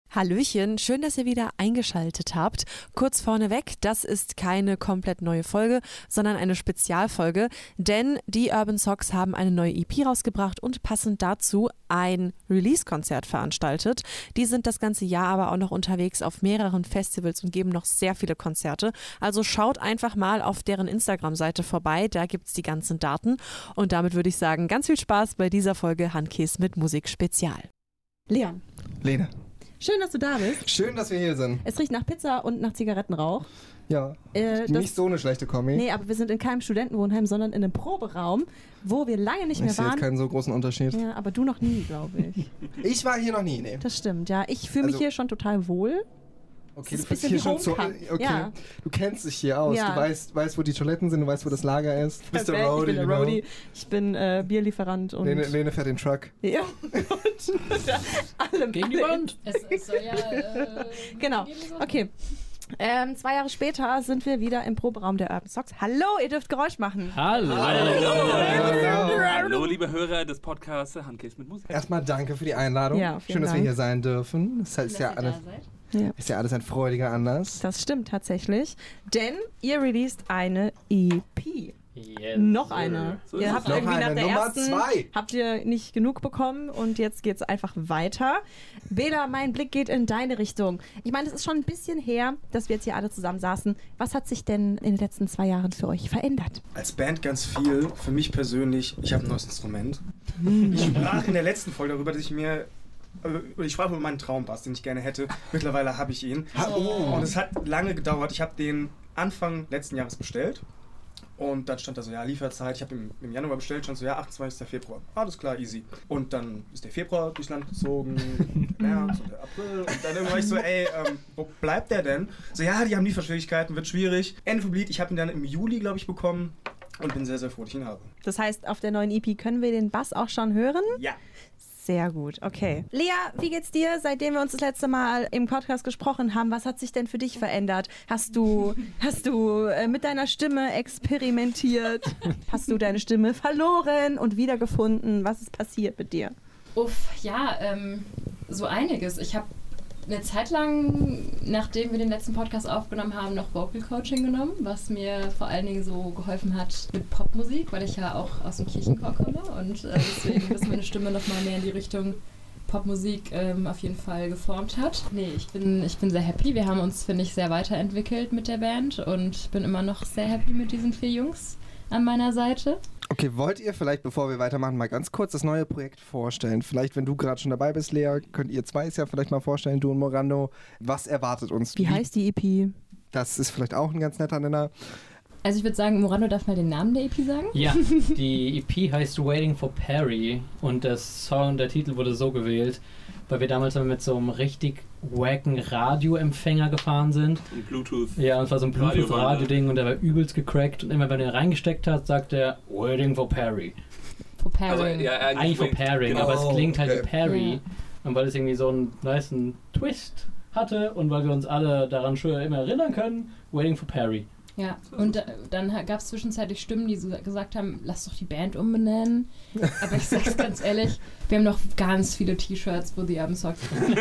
Hallöchen, schön, dass ihr wieder eingeschaltet habt. Kurz vorneweg, das ist keine komplett neue Folge, sondern eine Spezialfolge, denn die Urban Socks haben eine neue EP rausgebracht und passend dazu ein Release-Konzert veranstaltet. Die sind das ganze Jahr aber auch noch unterwegs auf mehreren Festivals und geben noch sehr viele Konzerte. Also schaut einfach mal auf deren Instagram-Seite vorbei, da gibt's die ganzen Daten. Und damit würde ich sagen, ganz viel Spaß bei dieser Folge Handkäse mit Musik Spezial. Leon. Lene. Schön, dass du da bist. Schön, dass wir hier sind. Es riecht nach Pizza und nach Zigarettenrauch. Ja, nicht so eine schlechte Kombi. Nee, aber wir sind in keinem Studentenwohnheim, sondern in einem Proberaum, wo wir lange nicht mehr Ich sehe waren. jetzt keinen so großen Unterschied. Ja, aber du noch nie, glaube ich. Ich war hier noch nie, nee. Das stimmt, ja. Ich fühle mich hier schon total wohl. Okay, das du bist ist ein hier bisschen schon wie so. Okay, ja. Du kennst dich hier aus. Ja. Du weißt, wo die Toiletten sind, du weißt, wo das Lager ist. Du bist der Roadie. Ich bin der Roadie. Ich bin Bierlieferant und. Lene fährt den Truck. Ja. Und Gegen die Wand. Es soll ja. Genau. Okay. 2 Jahre später sind wir wieder im Proberaum der Urban Socks. Hallo, ihr dürft Geräusch machen. Hallo. Hallo, liebe Hörer des Podcasts Handkäse mit Musik. Erstmal danke für die Einladung. Ja, vielen Schön, dass wir Dank. hier sein dürfen. Das ist ja alles, alles ein freudiger Anlass. Das stimmt tatsächlich, denn ihr released eine EP. Yes. Noch eine. So ist Ihr es. habt Noch irgendwie nach eine, der Nummer ersten 2. habt ihr nicht genug bekommen und jetzt geht's einfach weiter. Bela, mein Blick geht in deine Richtung. Ich meine, es ist schon ein bisschen her, dass wir jetzt hier alle zusammen saßen. Was hat sich denn in den letzten 2 Jahren für euch verändert? Als Band ganz viel. Für mich persönlich, ich habe ein neues Instrument. Ich sprach in der letzten Folge darüber, dass ich sprach über meinen Traumbass, den ich gerne hätte. Mittlerweile habe ich ihn. Und es hat lange gedauert. Ich habe den Anfang letzten Jahres bestellt. Und dann stand da so, ja, Lieferzeit. Ich habe im Januar bestellt, stand so, ja, 28. Februar. Alles klar, easy. Und dann ist der Februar durchs Land gezogen, März und der April. Und dann irgendwann war ich so, wo bleibt der denn? So, ja, die haben Lieferschwierigkeiten, wird schwierig. Ende vom Lied, ich habe ihn dann im Juli, glaube ich, bekommen. Und bin sehr, sehr froh, dass ich ihn habe. Das heißt, auf der neuen EP können wir den Bass auch schon hören? Ja. Sehr gut, okay. Lea, wie geht's dir, seitdem wir uns das letzte Mal im Podcast gesprochen haben? Was hat sich denn für dich verändert? Hast du mit deiner Stimme experimentiert? Hast du deine Stimme verloren und wiedergefunden? Was ist passiert mit dir? So einiges. Ich habe eine Zeit lang, nachdem wir den letzten Podcast aufgenommen haben, noch Vocal Coaching genommen, was mir vor allen Dingen so geholfen hat mit Popmusik, weil ich ja auch aus dem Kirchenchor komme und deswegen ist meine Stimme nochmal mehr in die Richtung Popmusik auf jeden Fall geformt hat. Nee, ich bin sehr happy. Wir haben uns, finde ich, sehr weiterentwickelt mit der Band und bin immer noch sehr happy mit diesen 4 Jungs an meiner Seite. Okay, wollt ihr vielleicht, bevor wir weitermachen, mal ganz kurz das neue Projekt vorstellen? Vielleicht, wenn du gerade schon dabei bist, Lea, könnt ihr 2 es ja vielleicht mal vorstellen, du und Morando. Was erwartet uns? Wie heißt die EP? Das ist vielleicht auch ein ganz netter Nenner. Also ich würde sagen, Morando darf mal den Namen der EP sagen. Ja, die EP heißt Waiting for Perry und der Titel wurde so gewählt, weil wir damals mit so einem richtig wacken Radioempfänger gefahren sind. Ein Bluetooth. Ja, und es war so ein Bluetooth-Radio-Ding und der war übelst gecrackt und immer wenn er reingesteckt hat, sagt er Waiting for Perry. For Pairing. Also, eigentlich for Pairing, genau. aber es klingt halt wie Perry. Ja. Und weil es irgendwie so einen nicen Twist hatte und weil wir uns alle daran schon immer erinnern können, Waiting for Perry. Ja, und dann gab es zwischenzeitlich Stimmen, die so gesagt haben, lass doch die Band umbenennen. Aber ich sag's ganz ehrlich, wir haben noch ganz viele T-Shirts, wo die Urban Socks sind.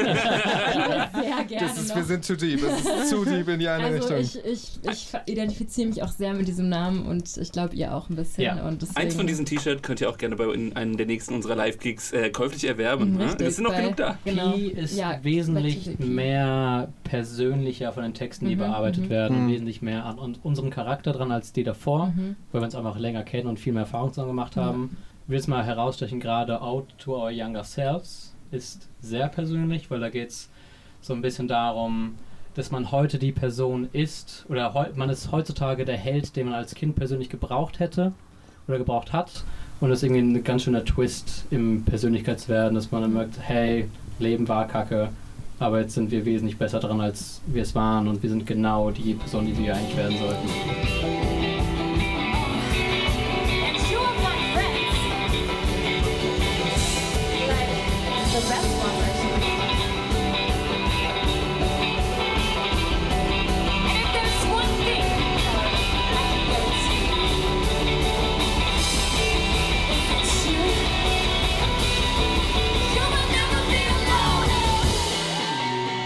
Sehr gerne Wir sind zu deep. Es ist zu deep in die eine also Richtung. ich identifiziere mich auch sehr mit diesem Namen und ich glaube, ihr auch ein bisschen. Ja. Und deswegen, Eins von diesen T-Shirts könnt ihr auch gerne bei einem der nächsten unserer Live-Gigs käuflich erwerben. Ne? Richtig, Es sind noch genug da. Genau. Die ist Ja, wesentlich Collective EP. mehr persönlicher von den Texten, die bearbeitet werden, und wesentlich mehr an unseren Charakter dran als die davor, weil wir uns einfach länger kennen und viel mehr Erfahrung zusammen gemacht haben. Ich will es mal herausstechen, gerade Out to Our Younger Selves ist sehr persönlich, weil da geht es so ein bisschen darum, dass man heute die Person ist, oder man ist heutzutage der Held, den man als Kind persönlich gebraucht hätte oder gebraucht hat. Und das ist irgendwie ein ganz schöner Twist im Persönlichkeitswerden, dass man dann merkt, hey, Leben war kacke, aber jetzt sind wir wesentlich besser dran, als wir es waren und wir sind genau die Person, die wir eigentlich werden sollten.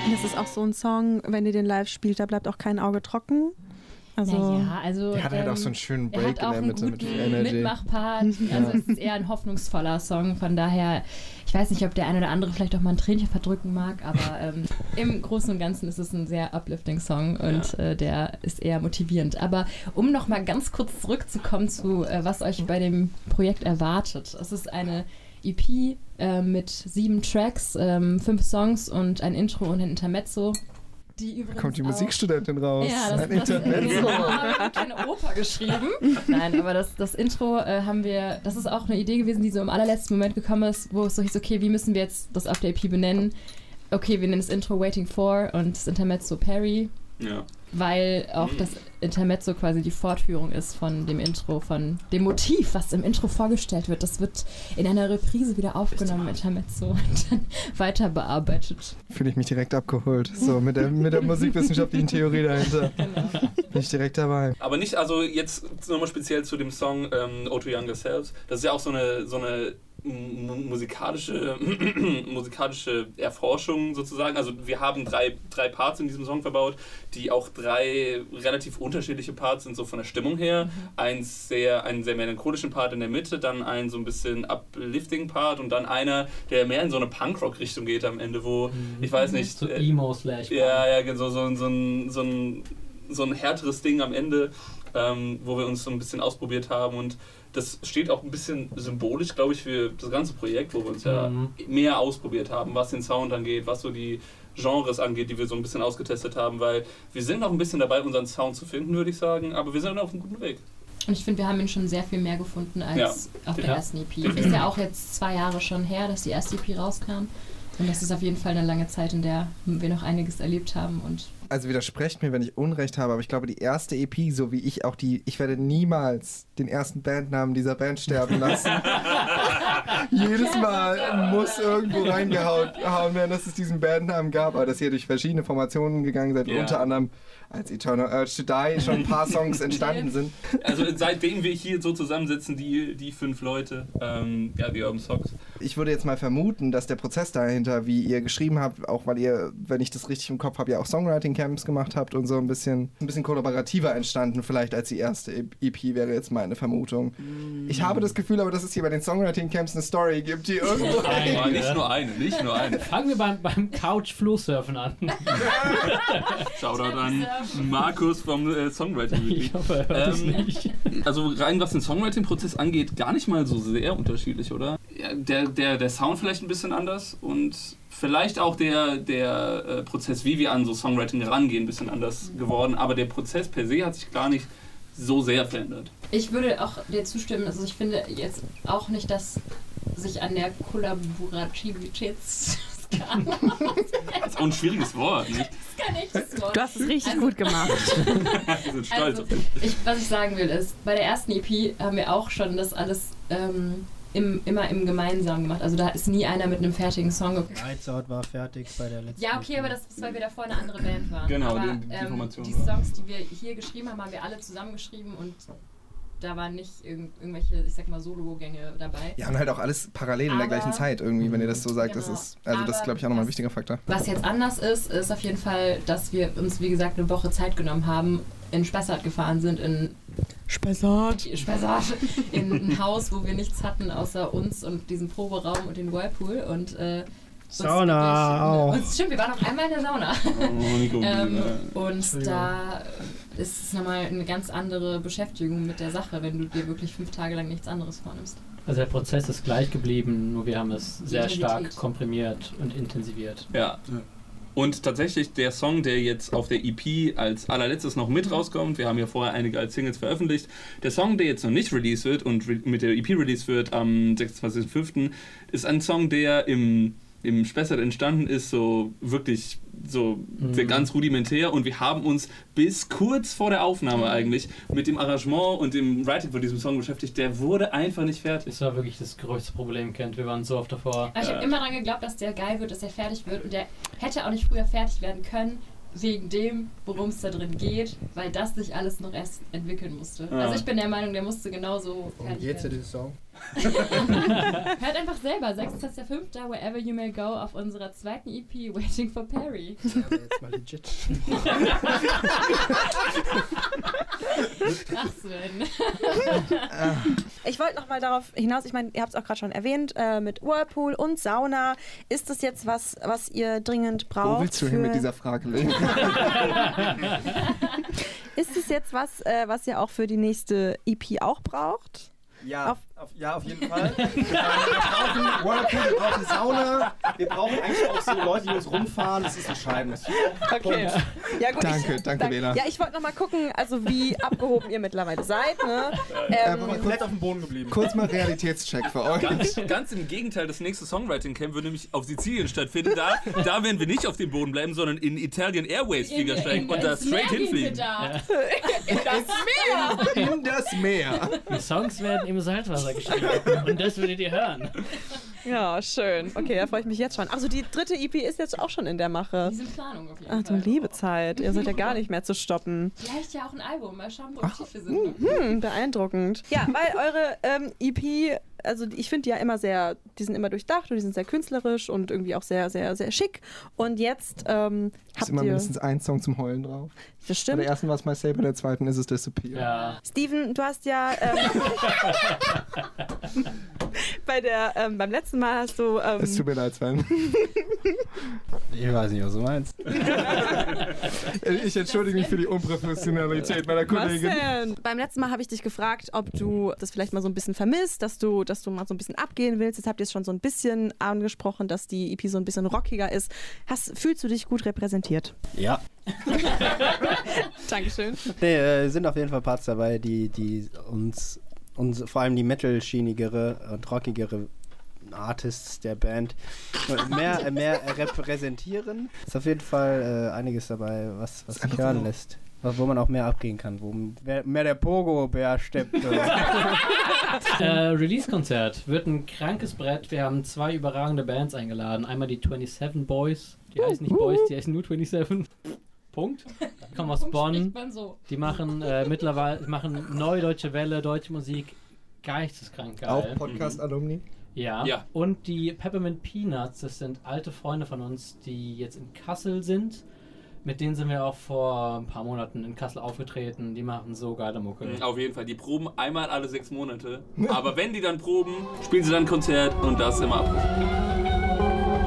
Das ist auch so ein Song, wenn ihr den live spielt, da bleibt auch kein Auge trocken. Also, der hat halt auch so einen schönen Break in der Mitte mit viel Energy. Mitmachpart. Also es ist eher ein hoffnungsvoller Song. Von daher, ich weiß nicht, ob der eine oder andere vielleicht auch mal ein Tränchen verdrücken mag, aber im Großen und Ganzen ist es ein sehr uplifting Song und der ist eher motivierend. Aber um noch mal ganz kurz zurückzukommen zu, was euch bei dem Projekt erwartet. Es ist eine EP mit 7 Tracks, 5 Songs und ein Intro und ein Intermezzo. Da kommt die Musikstudentin raus. Ja, das Intermezzo. Wir haben keine Oper geschrieben. Nein, aber das Intro das ist auch eine Idee gewesen, die so im allerletzten Moment gekommen ist, wo es so hieß, okay, wie müssen wir jetzt das auf der EP benennen? Okay, wir nennen das Intro Waiting For und das Intermezzo Perry. Ja. Weil auch das Intermezzo quasi die Fortführung ist von dem Intro, von dem Motiv, was im Intro vorgestellt wird. Das wird in einer Reprise wieder aufgenommen, Intermezzo, und dann weiter bearbeitet. Fühle ich mich direkt abgeholt. So, mit der musikwissenschaftlichen Theorie dahinter. Genau. Bin ich direkt dabei. Aber nicht, also jetzt nochmal speziell zu dem Song O2 Younger Selves. Das ist ja auch so eine musikalische Erforschung sozusagen. Also wir haben drei Parts in diesem Song verbaut, die auch 3 relativ unterschiedliche Parts sind, so von der Stimmung her. Einen sehr melancholischen Part in der Mitte, dann einen so ein bisschen uplifting Part und dann einer, der mehr in so eine Punkrock-Richtung geht am Ende, wo, ich weiß nicht... So Emo/Punk. Ja, so ein härteres Ding am Ende, wo wir uns so ein bisschen ausprobiert haben, und das steht auch ein bisschen symbolisch, glaube ich, für das ganze Projekt, wo wir uns ja mehr ausprobiert haben, was den Sound angeht, was so die Genres angeht, die wir so ein bisschen ausgetestet haben, weil wir sind noch ein bisschen dabei, unseren Sound zu finden, würde ich sagen, aber wir sind auf einem guten Weg. Und ich finde, wir haben ihn schon sehr viel mehr gefunden als auf der ersten EP. Ist ja auch jetzt 2 Jahre schon her, dass die erste EP rauskam. Und das ist auf jeden Fall eine lange Zeit, in der wir noch einiges erlebt haben. Und also widersprecht mir, wenn ich Unrecht habe, aber ich glaube, die erste EP, so wie ich auch ich werde niemals den ersten Bandnamen dieser Band sterben lassen. Jedes Mal muss irgendwo reingehauen werden, dass es diesen Bandnamen gab, aber dass ihr durch verschiedene Formationen gegangen seid, unter anderem als Eternal Urge to Die schon ein paar Songs entstanden sind. Also seitdem wir hier so zusammensitzen, die 5 Leute, die Urban Socks. Ich würde jetzt mal vermuten, dass der Prozess dahinter, wie ihr geschrieben habt, auch weil ihr, wenn ich das richtig im Kopf habe, ja auch Songwriting-Camps gemacht habt und so ein bisschen kollaborativer entstanden, vielleicht als die erste EP, wäre jetzt meine Vermutung. Ich habe das Gefühl aber, dass es hier bei den Songwriting-Camps eine Story gibt, die irgendwo... Nicht nur eine. Fangen wir beim Couch-Flohsurfen an. Shoutout an Markus vom Songwriting. Ich hoffe, er hört es nicht. Also rein, was den Songwriting-Prozess angeht, gar nicht mal so sehr unterschiedlich, oder? Ja, der Sound vielleicht ein bisschen anders und vielleicht auch der Prozess, wie wir an so Songwriting rangehen, ein bisschen anders geworden, aber der Prozess per se hat sich gar nicht so sehr verändert. Ich würde auch dir zustimmen, also ich finde jetzt auch nicht, dass sich an der Kollaborativität... Das ist auch ein schwieriges Wort, nicht? Das kann ich, das Wort. Du hast es richtig gut gemacht. Wir sind stolz auf dich. Was ich sagen will ist, bei der ersten EP haben wir auch schon das alles immer im Gemeinsamen gemacht. Also da ist nie einer mit einem fertigen Song gekommen. Lights Out war fertig bei der letzten. Ja, okay, aber das ist, weil wir davor eine andere Band waren. Genau, aber, die Formation. Die Songs, die wir hier geschrieben haben, haben wir alle zusammengeschrieben und da waren nicht irgendwelche, ich sag mal, Solo-Gänge dabei. Ja, und halt auch alles parallel in der gleichen Zeit irgendwie, wenn ihr das so sagt. Genau. Das ist, glaube ich, auch nochmal ein wichtiger Faktor. Was jetzt anders ist auf jeden Fall, dass wir uns, wie gesagt, eine Woche Zeit genommen haben, in Spessart gefahren sind, in ein Haus, wo wir nichts hatten, außer uns und diesen Proberaum und den Whirlpool und Sauna. Stimmt, wir waren auch einmal in der Sauna. Und da ist es nochmal eine ganz andere Beschäftigung mit der Sache, wenn du dir wirklich 5 Tage lang nichts anderes vornimmst. Also der Prozess ist gleich geblieben, nur wir haben es sehr stark komprimiert und intensiviert. Ja. Und tatsächlich der Song, der jetzt auf der EP als allerletztes noch mit rauskommt, wir haben ja vorher einige als Singles veröffentlicht, der Song, der jetzt noch nicht released wird und mit der EP released wird am 26.05., ist ein Song, der im Spessart entstanden ist, so wirklich so ganz rudimentär, und wir haben uns bis kurz vor der Aufnahme eigentlich mit dem Arrangement und dem Writing von diesem Song beschäftigt. Der wurde einfach nicht fertig. Das war wirklich das größte Problem, Kent. Wir waren so oft davor. Aber ich habe immer daran geglaubt, dass der geil wird, dass er fertig wird, und der hätte auch nicht früher fertig werden können, wegen dem, worum es da drin geht, weil das sich alles noch erst entwickeln musste. Ja. Also ich bin der Meinung, der musste genauso fertig werden. Jetzt ist es Song. Hört einfach selber, 26.05. Wherever You May Go auf unserer zweiten EP Waiting for Perry. Ja, aber jetzt mal legit. Ach Sven. Ich wollte noch mal darauf hinaus, ich meine, ihr habt es auch gerade schon erwähnt, mit Whirlpool und Sauna. Ist das jetzt was ihr dringend braucht? Wo willst du hin mit dieser Frage? Ist es jetzt was ihr auch für die nächste EP auch braucht? Ja, auf jeden Fall. Wir brauchen Whirlpool, wir brauchen Sauna, wir brauchen eigentlich auch so Leute, die uns rumfahren. Das ist entscheidend. Okay. Ja, gut, Danke, Bela. Ja, ich wollte noch mal gucken, also wie abgehoben ihr mittlerweile seid. Ne? Komplett auf dem Boden geblieben. Kurz mal Realitätscheck für euch. Ganz im Gegenteil, das nächste Songwriting-Camp wird nämlich auf Sizilien stattfinden. Da werden wir nicht auf dem Boden bleiben, sondern in Italian Airways Flieger steigen und da straight hinfliegen. In das Meer. Die Songs werden im Salzwasser geschrieben und das würdet ihr hören. Ja, schön. Okay, da freue ich mich jetzt schon. Also die dritte EP ist jetzt auch schon in der Mache. Die sind in Planung auf jeden Ach du Fall. liebe Zeit, ihr seid ja gar nicht mehr zu stoppen. Vielleicht ja auch ein Album, mal schauen, wo aktiv wir sind. Beeindruckend. Ja, weil eure EP, also ich finde die ja immer die sind immer durchdacht und die sind sehr künstlerisch und irgendwie auch sehr, sehr, sehr schick. Und jetzt Ist habt immer ihr... mindestens ein Song zum Heulen drauf. Das Bei stimmt. der ersten war es My Say, bei der zweiten ist es Disappear. Ja. Steven, du hast ja beim letzten Mal hast du Es tut mir leid, Sven. Ich weiß nicht, was du meinst. Ich entschuldige mich für die Unprofessionalität meiner Kollegin. Was denn? Beim letzten Mal habe ich dich gefragt, ob du das vielleicht mal so ein bisschen vermisst, dass du mal so ein bisschen abgehen willst. Jetzt habt ihr es schon so ein bisschen angesprochen, dass die EP so ein bisschen rockiger ist. Fühlst du dich gut repräsentiert? Ja. Dankeschön. Nee, sind auf jeden Fall Parts dabei, die uns vor allem die metal-schienigere und rockigere Artists der Band mehr repräsentieren. Ist auf jeden Fall einiges dabei, was sich hören lässt. Wo man auch mehr abgehen kann, wo mehr der Pogo-Bär steppt. Release-Konzert wird ein krankes Brett. Wir haben 2 überragende Bands eingeladen. Einmal die 27 Boys. Die heißen nicht Boys, die heißen nur 27. Punkt. Die kommen aus Punkt Bonn. spricht man so. Die machen mittlerweile neue deutsche Welle, deutsche Musik. Geisteskrank geil. Auch Podcast-Alumni. Ja. Ja. Und die Peppermint Peanuts, das sind alte Freunde von uns, die jetzt in Kassel sind. Mit denen sind wir auch vor ein paar Monaten in Kassel aufgetreten. Die machen so geile Mucke. Auf jeden Fall, die proben einmal alle 6 Monate. Aber wenn die dann proben, spielen sie dann ein Konzert und das immer ab.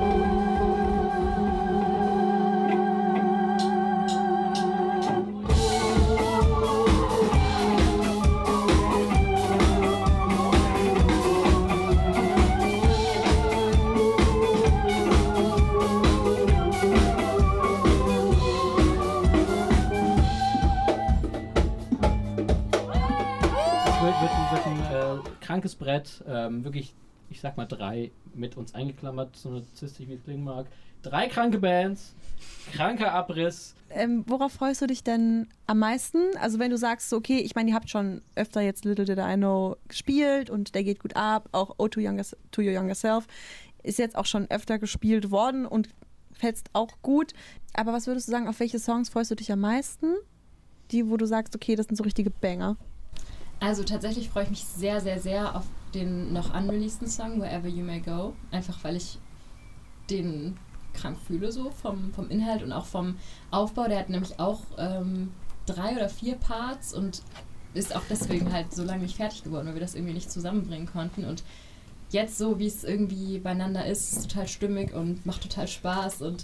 Wird ein krankes Brett, wirklich, ich sag mal 3 mit uns eingeklammert, so narzisstisch wie es klingen mag. 3 kranke Bands, kranker Abriss. Worauf freust du dich denn am meisten? Also wenn du sagst, so, okay, ich meine, ihr habt schon öfter jetzt Little Did I Know gespielt und der geht gut ab, auch Oh To Your Younger Self ist jetzt auch schon öfter gespielt worden und fetzt auch gut. Aber was würdest du sagen, auf welche Songs freust du dich am meisten? Die, wo du sagst, okay, das sind so richtige Banger. Also tatsächlich freue ich mich sehr, sehr, sehr auf den noch unreleaseden Song Wherever You May Go. Einfach weil ich den krank fühle so vom Inhalt und auch vom Aufbau. Der hat nämlich auch 3 oder 4 Parts und ist auch deswegen halt so lange nicht fertig geworden, weil wir das irgendwie nicht zusammenbringen konnten. Und jetzt so, wie es irgendwie beieinander ist total stimmig und macht total Spaß und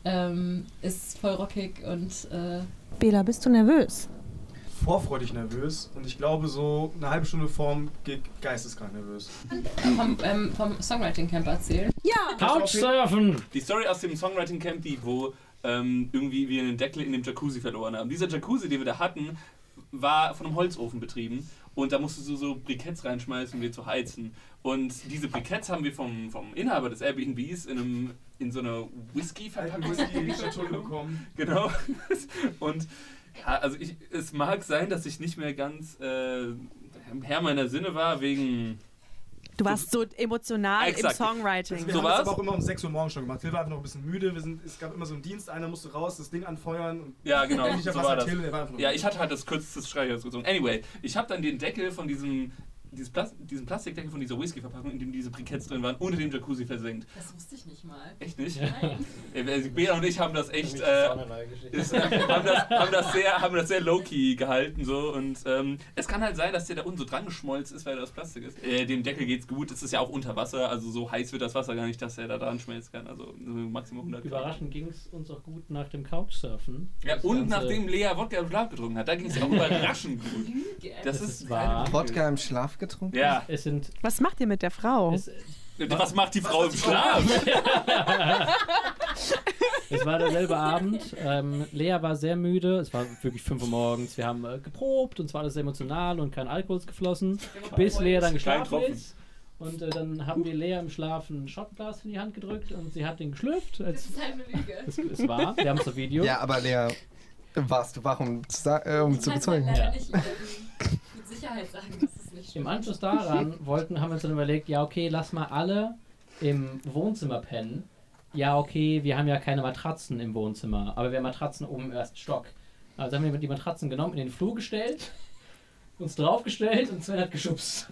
ist voll rockig und Bela, bist du nervös? Vorfreudig nervös und ich glaube so eine halbe Stunde vorm Gig geisteskrank nervös. vom Songwriting Camp erzählen. Ja! Couchsurfen! Die Story aus dem Songwriting Camp, wo irgendwie wir einen Deckel in dem Jacuzzi verloren haben. Dieser Jacuzzi, den wir da hatten, war von einem Holzofen betrieben und da musstest du so Briketts reinschmeißen, um die zu heizen. Und diese Briketts haben wir vom Inhaber des Airbnbs in so einer Whisky-Verpackung bekommen. Genau. Und ja, also es mag sein, dass ich nicht mehr ganz Herr meiner Sinne war, wegen... Du warst so emotional Exakt. im Songwriting. Wir So haben das war's? aber auch immer um 6 Uhr morgens schon gemacht. Till war einfach noch ein bisschen müde. Es gab immer so einen Dienst, einer musste raus, das Ding anfeuern. Und Ja, genau, endlich so was war an das. Till, der war einfach nur Ja, ich hatte halt das kürzeste Streichholz gezogen. Anyway, ich habe dann den Deckel von diesem diesen Plastikdeckel von dieser Whisky-Verpackung, in dem diese Briketts drin waren, unter dem Jacuzzi versenkt. Das wusste ich nicht mal. Echt nicht? Nein. Bea und ich haben das echt haben das sehr low-key gehalten so und es kann halt sein, dass der da unten so dran geschmolzen ist, weil das Plastik ist. Dem Deckel geht's gut, es ist ja auch unter Wasser, also so heiß wird das Wasser gar nicht, dass er da dran schmelzen kann, also maximal 100 Grad. Überraschend ging es uns auch gut nach dem Couchsurfen. Ja, und nachdem Lea Wodka im Schlaf getrunken hat, da ging es ja auch überraschend gut. Das ist wahr. Wodka im Schlaf getrunken? Ja. Was macht ihr mit der Frau? Was macht die Frau im Schlaf? Es war derselbe Abend. Lea war sehr müde. Es war wirklich 5 Uhr morgens. Wir haben geprobt und es war alles sehr emotional und kein Alkohol ist geflossen, bis Lea dann geschlafen ist. Und dann haben wir Lea im Schlaf ein Shotglas in die Hand gedrückt und sie hat den geschlürft. Das ist halt eine Lüge. Es war. Wir haben es auf Video. Ja, aber Lea, warst du wach, um zu bezeugen? Leider nicht mit Sicherheit sagen, dass es nicht stimmt. Im Anschluss daran haben wir uns dann überlegt, ja okay, lass mal alle im Wohnzimmer pennen. Ja okay, wir haben ja keine Matratzen im Wohnzimmer, aber wir haben Matratzen oben im 1. Stock. Also haben wir die Matratzen genommen, in den Flur gestellt, uns draufgestellt und Sven hat geschubst.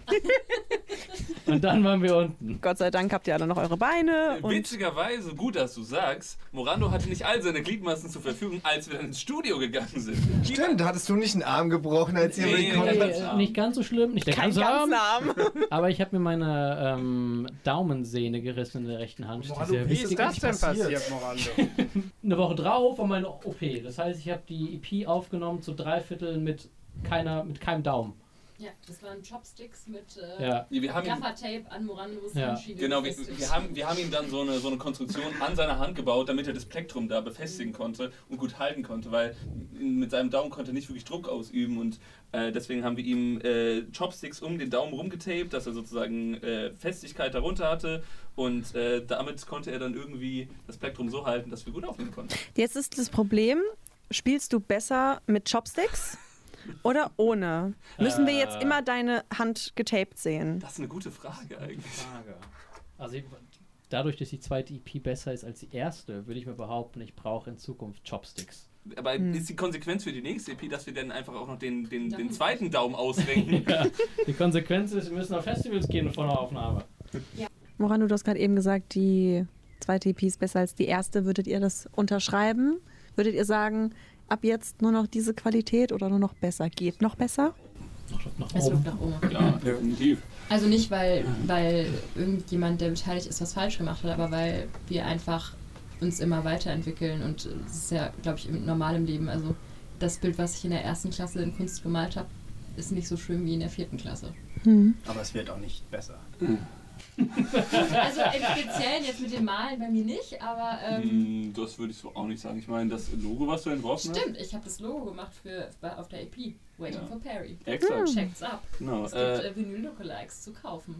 Und dann waren wir unten. Gott sei Dank habt ihr alle noch eure Beine. Und Witzigerweise, gut, dass du sagst, Morando hatte nicht all seine Gliedmaßen zur Verfügung, als wir dann ins Studio gegangen sind. Stimmt, hattest du nicht einen Arm gebrochen, als ihr Nicht ganz so schlimm, nicht der kein ganze Arm. Arm. Aber ich habe mir meine Daumensehne gerissen in der rechten Hand. Morando, wie ist das denn passiert, Morando? Eine Woche drauf war meine OP. Das heißt, ich habe die EP aufgenommen zu 3/4 mit keinem Daumen. Ja, das waren Chopsticks mit Wir haben Gaffertape an Morandos Ja. Handschiene. Genau, wir haben ihm dann so eine Konstruktion an seiner Hand gebaut, damit er das Plektrum da befestigen konnte und gut halten konnte, weil mit seinem Daumen konnte er nicht wirklich Druck ausüben und deswegen haben wir ihm Chopsticks um den Daumen rumgetaped, dass er sozusagen Festigkeit darunter hatte und damit konnte er dann irgendwie das Plektrum so halten, dass wir gut aufnehmen konnten. Jetzt ist das Problem, spielst du besser mit Chopsticks oder ohne? Müssen wir jetzt immer deine Hand getaped sehen? Das ist eine gute Frage eigentlich. Also dadurch, dass die zweite EP besser ist als die erste, würde ich mir behaupten, ich brauche in Zukunft Chopsticks. Aber ist die Konsequenz für die nächste EP, dass wir dann einfach auch noch den zweiten Daumen ausrenken? Ja, die Konsequenz ist, wir müssen auf Festivals gehen vor der Aufnahme. Ja. Morano, du hast gerade eben gesagt, die zweite EP ist besser als die erste. Würdet ihr das unterschreiben? Würdet ihr sagen, ab jetzt nur noch diese Qualität oder nur noch besser? Geht noch besser? Nach Es oben. wird nach oben. Ja, definitiv. Also nicht, weil irgendjemand, der beteiligt ist, was falsch gemacht hat, aber weil wir einfach uns immer weiterentwickeln und das ist ja, glaube ich, normal im Leben. Also das Bild, was ich in der 1. Klasse in Kunst gemalt habe, ist nicht so schön wie in der 4. Klasse. Aber es wird auch nicht besser. Also im Speziellen jetzt mit dem Malen bei mir nicht, aber das würde ich so auch nicht sagen. Ich meine, das Logo, was du entworfen hast? stimmt, ich habe das Logo gemacht auf der EP, Waiting for Perry. Exakt. Checkt's ab. Genau. Es gibt Vinyl-Lookalikes zu kaufen.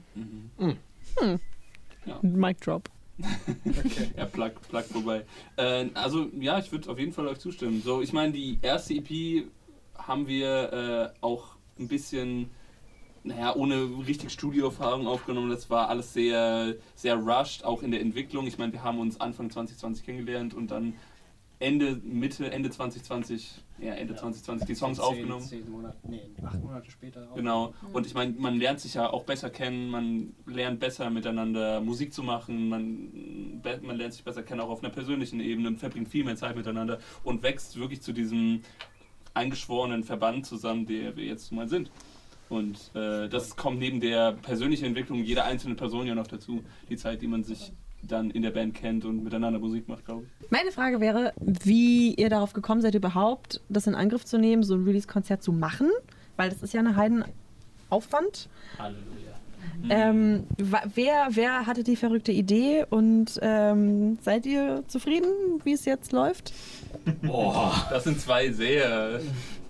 Mic drop. Okay. Ja, Plug vorbei. Also ja, ich würde auf jeden Fall euch zustimmen. So, ich meine, die erste EP haben wir auch ein bisschen, ohne richtig Studioerfahrung aufgenommen. Das war alles sehr, sehr rushed, auch in der Entwicklung. Ich meine, wir haben uns Anfang 2020 kennengelernt und dann Ende 2020 die Songs aufgenommen. 8 Monate später. Genau. Und ich meine, man lernt sich ja auch besser kennen, man lernt besser miteinander Musik zu machen, man lernt sich besser kennen, auch auf einer persönlichen Ebene, verbringt viel mehr Zeit miteinander und wächst wirklich zu diesem eingeschworenen Verband zusammen, der wir jetzt mal sind. Und das kommt neben der persönlichen Entwicklung jeder einzelnen Person ja noch dazu, die Zeit, die man sich dann in der Band kennt und miteinander Musik macht, glaube ich. Meine Frage wäre, wie ihr darauf gekommen seid, überhaupt das in Angriff zu nehmen, so ein Release-Konzert zu machen, weil das ist ja eine Heidenaufwand. Halleluja. Wer hatte die verrückte Idee und seid ihr zufrieden, wie es jetzt läuft? Boah, das sind zwei sehr...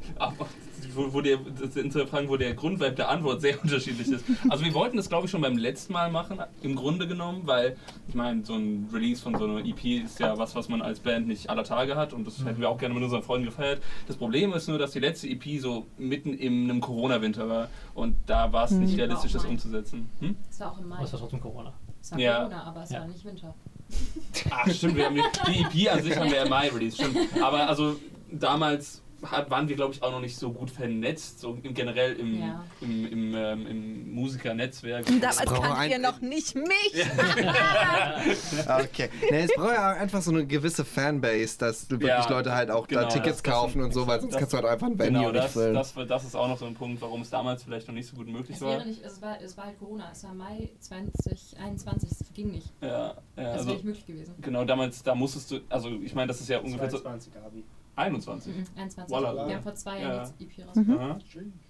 das sind zwei Fragen, wo der Grundvibe der Antwort sehr unterschiedlich ist. Also wir wollten das, glaube ich, schon beim letzten Mal machen, im Grunde genommen, weil, ich meine, so ein Release von so einer EP ist ja was man als Band nicht aller Tage hat und das hätten wir auch gerne mit unseren Freunden gefeiert. Das Problem ist nur, dass die letzte EP so mitten in einem Corona-Winter war und da war es nicht realistisch, das umzusetzen. Es war auch im Mai. Aber es war trotzdem Corona. Es war Ja. Corona, aber es war nicht Winter. Ach stimmt, wir haben die EP an sich haben wir im Mai released, stimmt. Aber also damals waren wir, glaube ich, auch noch nicht so gut vernetzt, so generell im Musikernetzwerk. Damals kanntet ihr noch nicht mich. Okay. Nee, es braucht ja auch einfach so eine gewisse Fanbase, dass wirklich Leute halt auch da Tickets kaufen und so, weil sonst kannst du halt einfach ein Venue nicht füllen. Das ist auch noch so ein Punkt, warum es damals vielleicht noch nicht so gut möglich war. Es war halt Corona, es war Mai 2021, es ging nicht. Ja, das wäre nicht möglich gewesen. Genau, damals, da musstest du, also ich meine, das ist ja ungefähr 22 Abi. 21. 21. Voilà. Wir haben vor 2 Jahren jetzt EP rausgebracht.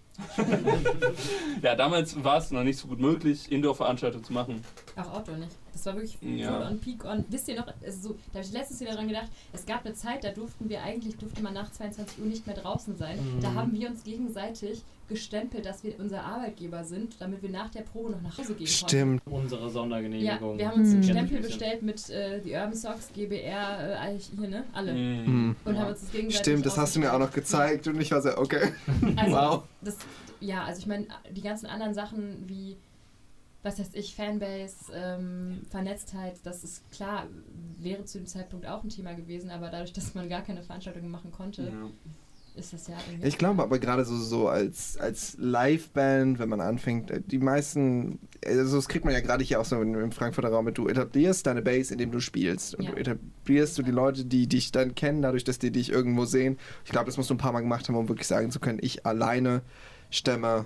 Ja, damals war es noch nicht so gut möglich, Indoor-Veranstaltungen zu machen. Auch Outdoor nicht. Das war wirklich full on, peak on. Wisst ihr noch, also so, da habe ich letztens wieder dran gedacht, es gab eine Zeit, da durfte man nach 22 Uhr nicht mehr draußen sein. Da haben wir uns gegenseitig gestempelt, dass wir unser Arbeitgeber sind, damit wir nach der Probe noch nach Hause gehen konnten. Stimmt. Unsere Sondergenehmigung. Ja, wir haben uns einen Stempel bestellt mit die Urban Socks, GBR, hier, ne? Alle. Und haben uns das gegenseitig. Stimmt, das hast du mir auch noch gezeigt und ich war so, okay. Also, wow. Also ich meine, die ganzen anderen Sachen wie, was heißt ich, Fanbase, Vernetztheit, das ist klar, wäre zu dem Zeitpunkt auch ein Thema gewesen, aber dadurch, dass man gar keine Veranstaltungen machen konnte, ist das ja irgendwie... Ich glaube aber gerade so als Liveband, wenn man anfängt, die meisten, also das kriegt man ja gerade hier auch so im Frankfurter Raum mit, du etablierst deine Base, indem du spielst und du etablierst die Leute, die dich dann kennen, dadurch, dass die dich irgendwo sehen. Ich glaube, das musst du ein paar Mal gemacht haben, um wirklich sagen zu können, ich alleine stemme.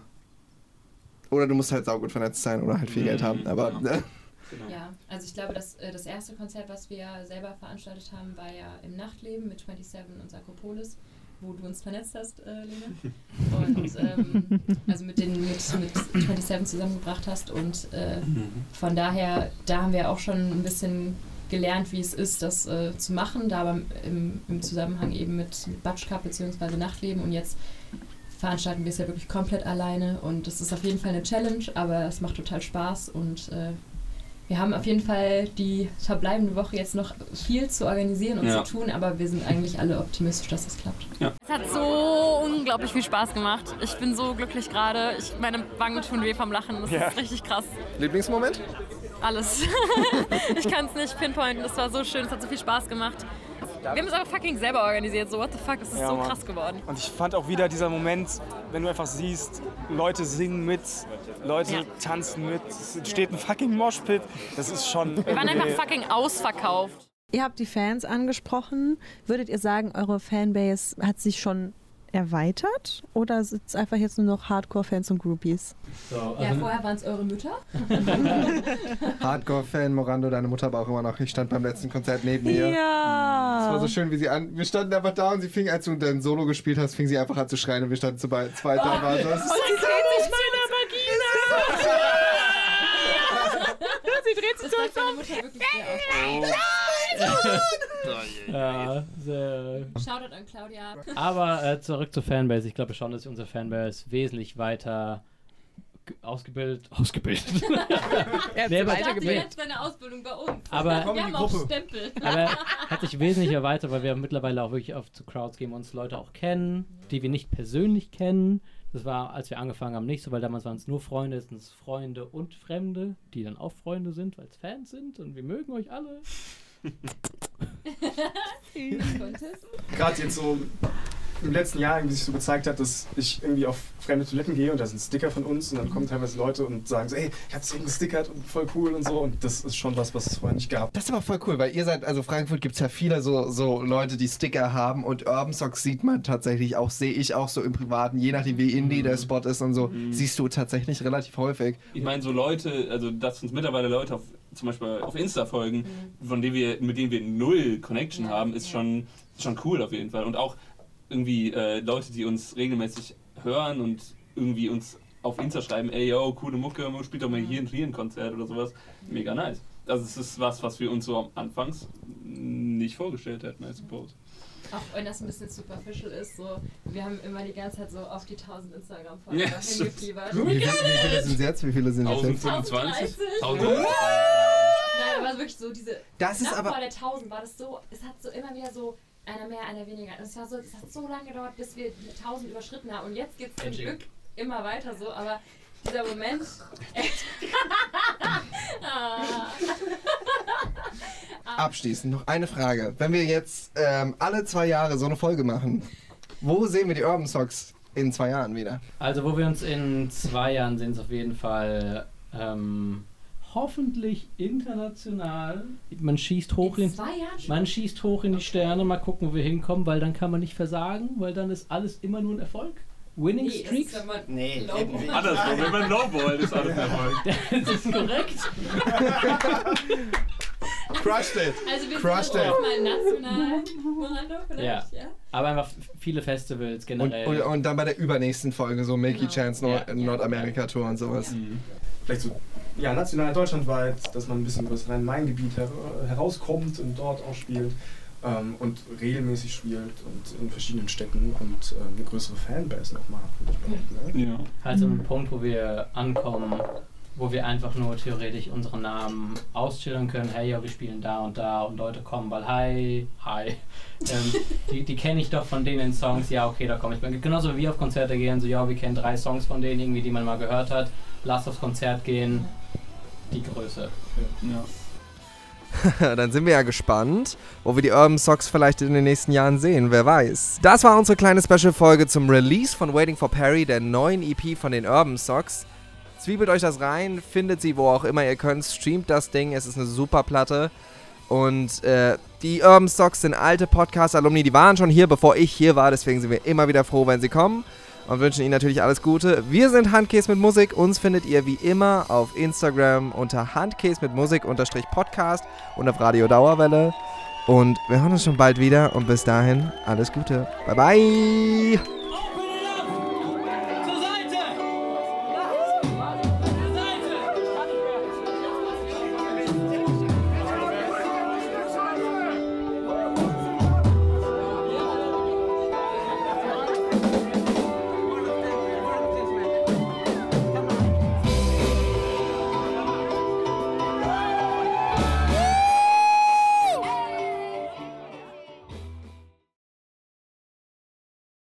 Oder du musst halt saugut vernetzt sein oder halt viel Geld haben, aber... Ne? Genau. Ja, also ich glaube, das erste Konzert, was wir selber veranstaltet haben, war ja im Nachtleben mit 27 und Sarkopolis, wo du uns vernetzt hast, Lena. Und also mit 27 zusammengebracht hast. Und von daher, da haben wir auch schon ein bisschen gelernt, wie es ist, das zu machen, da aber im Zusammenhang eben mit Batsch Cup bzw. Nachtleben. Und jetzt veranstalten wir es ja wirklich komplett alleine. Und das ist auf jeden Fall eine Challenge, aber es macht total Spaß. Und wir haben auf jeden Fall die verbleibende Woche jetzt noch viel zu organisieren und zu tun, aber wir sind eigentlich alle optimistisch, dass das klappt. Ja. Es hat so unglaublich viel Spaß gemacht. Ich bin so glücklich gerade. Meine Wangen tun weh vom Lachen. Das ist richtig krass. Lieblingsmoment? Alles. Ich kann es nicht pinpointen. Das war so schön. Es hat so viel Spaß gemacht. Wir haben es aber fucking selber organisiert. So, what the fuck, das ist so krass geworden. Und ich fand auch wieder dieser Moment, wenn du einfach siehst, Leute singen mit, Leute tanzen mit, es entsteht ein fucking Moshpit. Das ist schon... Wir waren einfach fucking ausverkauft. Ihr habt die Fans angesprochen. Würdet ihr sagen, eure Fanbase hat sich schon erweitert? Oder sind es einfach jetzt nur noch Hardcore-Fans und Groupies? So, also vorher waren es eure Mütter. Hardcore-Fan, Morando, deine Mutter war auch immer noch. Ich stand beim letzten Konzert neben ihr. Ja. Es war so schön, wie sie wir standen einfach da und sie fing, als du dein Solo gespielt hast, fing sie einfach an zu schreien und wir standen zu zweit da. Und sie dreht sich meiner Vagina! Sie dreht sich zu uns deine Mutter wirklich sehr aus. Ja, sehr. Shoutout an Claudia. Aber zurück zur Fanbase. Ich glaube schon, dass unsere Fanbase wesentlich weiter ausgebildet. Jetzt deine Ausbildung bei uns. Aber wir haben auch Stempel. Aber hat sich wesentlich erweitert, weil wir mittlerweile auch wirklich zu Crowds gehen und uns Leute auch kennen, die wir nicht persönlich kennen. Das war, als wir angefangen haben, nicht so, weil damals waren es nur Freunde, jetzt sind es Freunde und Fremde, die dann auch Freunde sind, weil es Fans sind und wir mögen euch alle. Gerade jetzt so im letzten Jahr irgendwie sich so gezeigt hat, dass ich irgendwie auf fremde Toiletten gehe und da sind Sticker von uns und dann kommen teilweise Leute und sagen so, ey, ich hab's eben gestickert und voll cool und so und das ist schon was es vorher nicht gab. Das ist aber voll cool, weil ihr seid, also Frankfurt gibt's ja viele so Leute, die Sticker haben und Urban Socks sieht man tatsächlich auch, sehe ich auch so im Privaten, je nachdem wie indie der Spot ist und so, siehst du tatsächlich relativ häufig. Ich meine so Leute, also dass uns mittlerweile Leute zum Beispiel auf Insta folgen, mit denen wir null Connection haben, ist schon cool auf jeden Fall und auch irgendwie Leute, die uns regelmäßig hören und irgendwie uns auf Insta schreiben, ey, yo, coole Mucke, spielt doch mal hier ein Konzert oder sowas. Mega nice. Also es ist was wir uns so anfangs nicht vorgestellt hätten, I suppose. Auch wenn das ein bisschen superficial ist, so, wir haben immer die ganze Zeit so auf die 1000 Instagram-Follower hingefiebert. Wie viele sind es jetzt? 1025? 1000. Nein, aber wirklich so diese... Das ist aber... Vor der 1000 war das so, es hat so immer wieder so einer mehr, einer weniger. Es hat so lange gedauert, bis wir die 1000 überschritten haben und jetzt geht es zum Glück immer weiter so, aber dieser Moment... Abschließend noch eine Frage. Wenn wir jetzt alle 2 Jahre so eine Folge machen, Wo sehen wir die Urban Socks in 2 Jahren wieder? Also wo wir uns in 2 Jahren sehen, ist auf jeden Fall hoffentlich international. Man schießt hoch in 2 Jahren schon? Man schießt hoch in die Sterne, mal gucken, wo wir hinkommen, weil dann kann man nicht versagen, weil dann ist alles immer nur ein Erfolg. Winning Streaks? Nee, andersrum, wenn man lowballt, ist alles ein Erfolg. Das ist korrekt. Crushed it. Also wir sind auch mal national, Morando vielleicht, ja? Aber einfach viele Festivals generell. Und dann bei der übernächsten Folge so Milky Chance Nordamerika-Tour und sowas. Vielleicht so national deutschlandweit, dass man ein bisschen über das Rhein-Main-Gebiet herauskommt und dort auch spielt. Und regelmäßig spielt und in verschiedenen Städten und eine größere Fanbase noch mal hat, würde ich behaupten. Ne? Ja. Halt so ein Punkt, wo wir ankommen, wo wir einfach nur theoretisch unseren Namen ausschildern können. Hey, ja, wir spielen da und Leute kommen, weil hi. Die kenne ich doch von denen Songs. Ja, okay, da komme ich. Genauso wie wir auf Konzerte gehen, so ja, wir kennen 3 Songs von denen irgendwie, die man mal gehört hat. Lass aufs Konzert gehen. Die Größe. Ja. Dann sind wir ja gespannt, wo wir die Urban Socks vielleicht in den nächsten Jahren sehen, wer weiß. Das war unsere kleine Special-Folge zum Release von Waiting for Perry, der neuen EP von den Urban Socks. Zwiebelt euch das rein, findet sie wo auch immer ihr könnt, streamt das Ding, es ist eine super Platte. Und die Urban Socks sind alte Podcast-Alumni, die waren schon hier, bevor ich hier war, deswegen sind wir immer wieder froh, wenn sie kommen. Und wünschen Ihnen natürlich alles Gute. Wir sind Handkäse mit Musik. Uns findet ihr wie immer auf Instagram unter Handkäse mit Musik _Podcast und auf Radio Dauerwelle. Und wir hören uns schon bald wieder. Und bis dahin alles Gute. Bye bye.